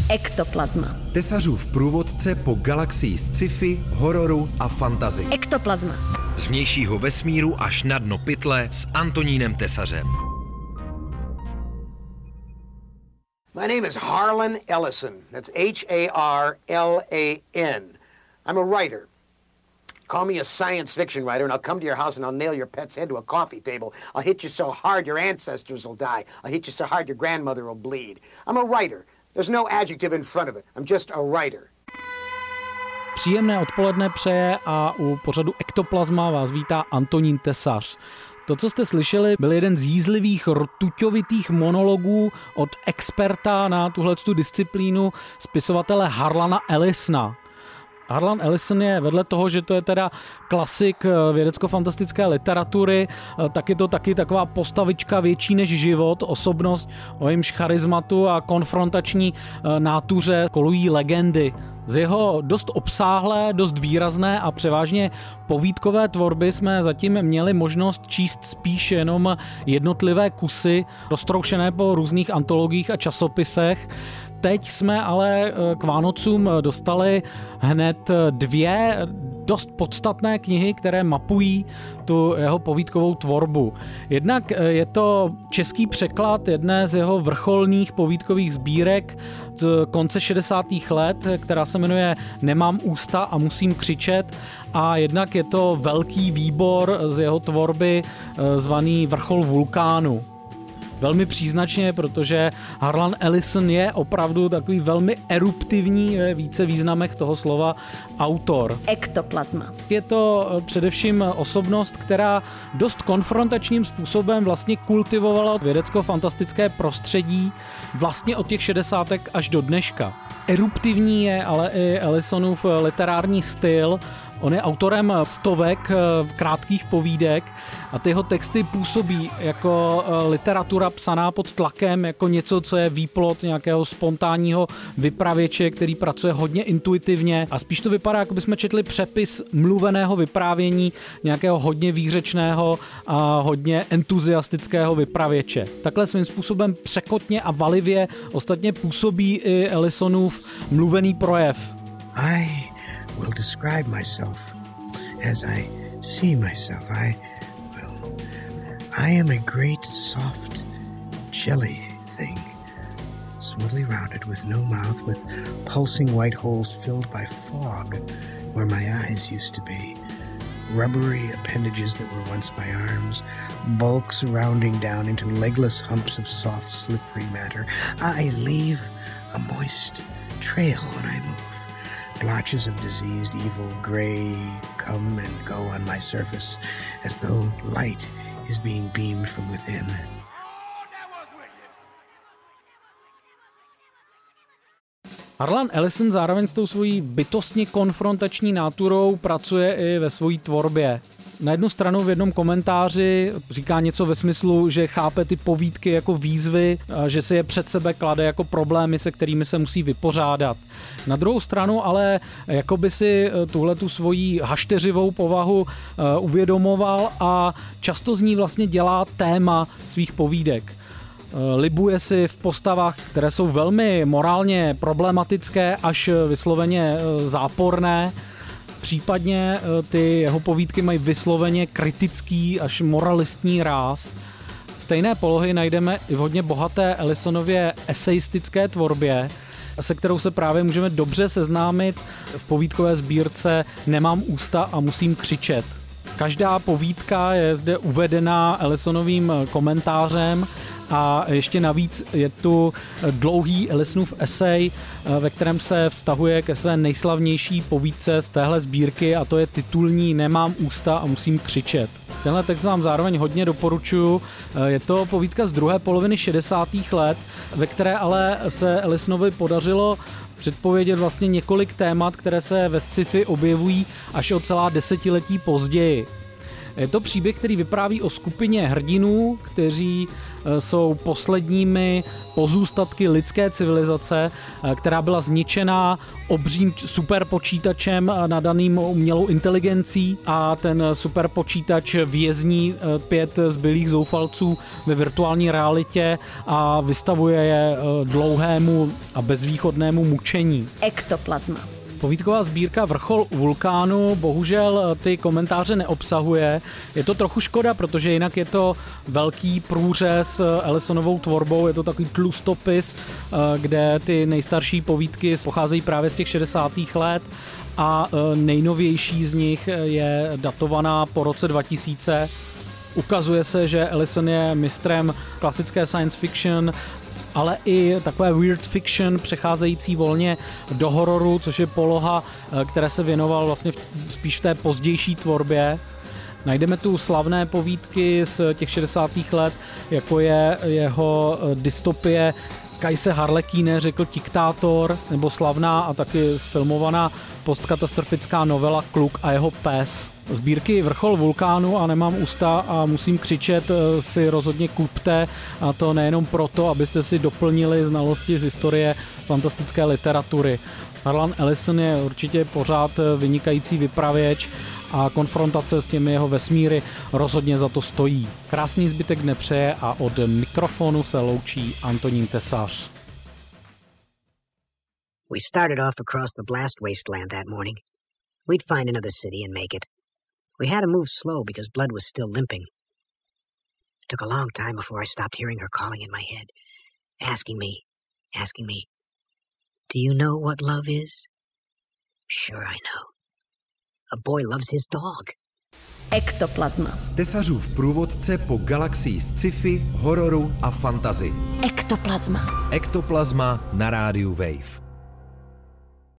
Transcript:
Ektoplazma. Tesařův průvodce po galaxii sci-fi, hororu a fantasy. Ektoplazma. Z vnějšího vesmíru až na dno pytle s Antonínem Tesařem. My name is Harlan Ellison. That's Harlan. I'm a writer. Call me a science fiction writer, and I'll come to your house and I'll nail your pet's head to a coffee table. I'll hit you so hard your ancestors will die. I'll hit you so hard your grandmother will bleed. I'm a writer. There's no adjective in front of it. I'm just a writer. Příjemné odpoledne přeje a u pořadu Ektoplazma vás vítá Antonín Tesař. To, co jste slyšeli, byl jeden z jízlivých, rtuťovitých monologů od experta na tuhletu disciplínu, spisovatele Harlana Ellisona. Harlan Ellison je vedle toho, že to je teda klasik vědecko-fantastické literatury, tak je to taky taková postavička větší než život, osobnost, o jejímž charizmatu a konfrontační nátuře kolují legendy. Z jeho dost obsáhlé, dost výrazné a převážně povídkové tvorby jsme zatím měli možnost číst spíš jenom jednotlivé kusy, roztroušené po různých antologiích a časopisech. Teď jsme ale k Vánocům dostali hned dvě dost podstatné knihy, které mapují tu jeho povídkovou tvorbu. Jednak je to český překlad jedné z jeho vrcholných povídkových sbírek z konce 60. let, která se jmenuje Nemám ústa a musím křičet, a jednak je to velký výbor z jeho tvorby zvaný Vrchol vulkánu. Velmi příznačně, protože Harlan Ellison je opravdu takový velmi eruptivní, ve více významech toho slova, autor. Ektoplazma. Je to především osobnost, která dost konfrontačním způsobem vlastně kultivovala vědecko-fantastické prostředí vlastně od těch 60. až do dneška. Eruptivní je ale i Ellisonův literární styl. On je autorem stovek krátkých povídek a ty jeho texty působí jako literatura psaná pod tlakem, jako něco, co je výplod nějakého spontánního vypravěče, který pracuje hodně intuitivně, a spíš to vypadá, jako bychom četli přepis mluveného vyprávění nějakého hodně výřečného a hodně entuziastického vypravěče. Takhle svým způsobem překotně a valivě ostatně působí i Ellisonův mluvený projev. Will describe myself as I see myself. I am a great soft jelly thing, smoothly rounded with no mouth, with pulsing white holes filled by fog where my eyes used to be, rubbery appendages that were once my arms, bulks rounding down into legless humps of soft slippery matter. I leave a moist trail when I move. Blotches of diseased evil gray come and go on my surface as though light is being beamed from within. Harlan Ellison zároveň s tou svojí bytostně konfrontační náturou pracuje i ve své tvorbě. Na jednu stranu v jednom komentáři říká něco ve smyslu, že chápe ty povídky jako výzvy, že si je před sebe klade jako problémy, se kterými se musí vypořádat. Na druhou stranu ale jakoby si tuhletu svoji hašteřivou povahu uvědomoval a často z ní vlastně dělá téma svých povídek. Libuje si v postavách, které jsou velmi morálně problematické až vysloveně záporné. Případně ty jeho povídky mají vysloveně kritický až moralistní ráz. Stejné polohy najdeme i v hodně bohaté Ellisonově eseistické tvorbě, se kterou se právě můžeme dobře seznámit v povídkové sbírce Nemám ústa a musím křičet. Každá povídka je zde uvedená Ellisonovým komentářem a ještě navíc je tu dlouhý Ellisonův esej, ve kterém se vztahuje ke své nejslavnější povídce z téhle sbírky, a to je titulní Nemám ústa a musím křičet. Tenhle text vám zároveň hodně doporučuju. Je to povídka z druhé poloviny 60. let, ve které ale se Ellisonovi podařilo předpovědět vlastně několik témat, které se ve sci-fi objevují až o celá desetiletí později. Je to příběh, který vypráví o skupině hrdinů, kteří jsou posledními pozůstatky lidské civilizace, která byla zničená obřím superpočítačem nadaným umělou inteligencí a ten superpočítač vězní 5 zbylých zoufalců ve virtuální realitě a vystavuje je dlouhému a bezvýchodnému mučení. Ektoplazma. Povídková sbírka Vrchol vulkánu bohužel ty komentáře neobsahuje. Je to trochu škoda, protože jinak je to velký průřez Ellisonovou tvorbou, je to takový tlustopis, kde ty nejstarší povídky pocházejí právě z těch 60. let a nejnovější z nich je datovaná po roce 2000. Ukazuje se, že Ellison je mistrem klasické science fiction, ale i takové weird fiction přecházející volně do hororu, což je poloha, které se věnoval vlastně spíš v té pozdější tvorbě. Najdeme tu slavné povídky z těch 60. let, jako je jeho dystopie Kajse Harlekíne, řekl Diktátor, nebo slavná a taky sfilmovaná postkatastrofická novela Kluk a jeho pes. Sbírky Vrchol vulkánu a Nemám ústa a musím křičet si rozhodně kupte, a to nejenom proto, abyste si doplnili znalosti z historie fantastické literatury. Harlan Ellison je určitě pořád vynikající vypravěč a konfrontace s těmi jeho vesmíry rozhodně za to stojí. Krásný zbytek dne přeje a od mikrofonu se loučí Antonín Tesař. We started off across the blast wasteland that morning. We'd find another city and make it. We had to move slow because Blood was still limping. It took a long time before I stopped hearing her calling in my head, asking me, do you know what love is? Sure I know. A boy loves his dog. Ektoplazma. Tesařův průvodce po galaxii sci-fi, hororu a fantasy. Ektoplazma. Ektoplazma na rádiu Wave.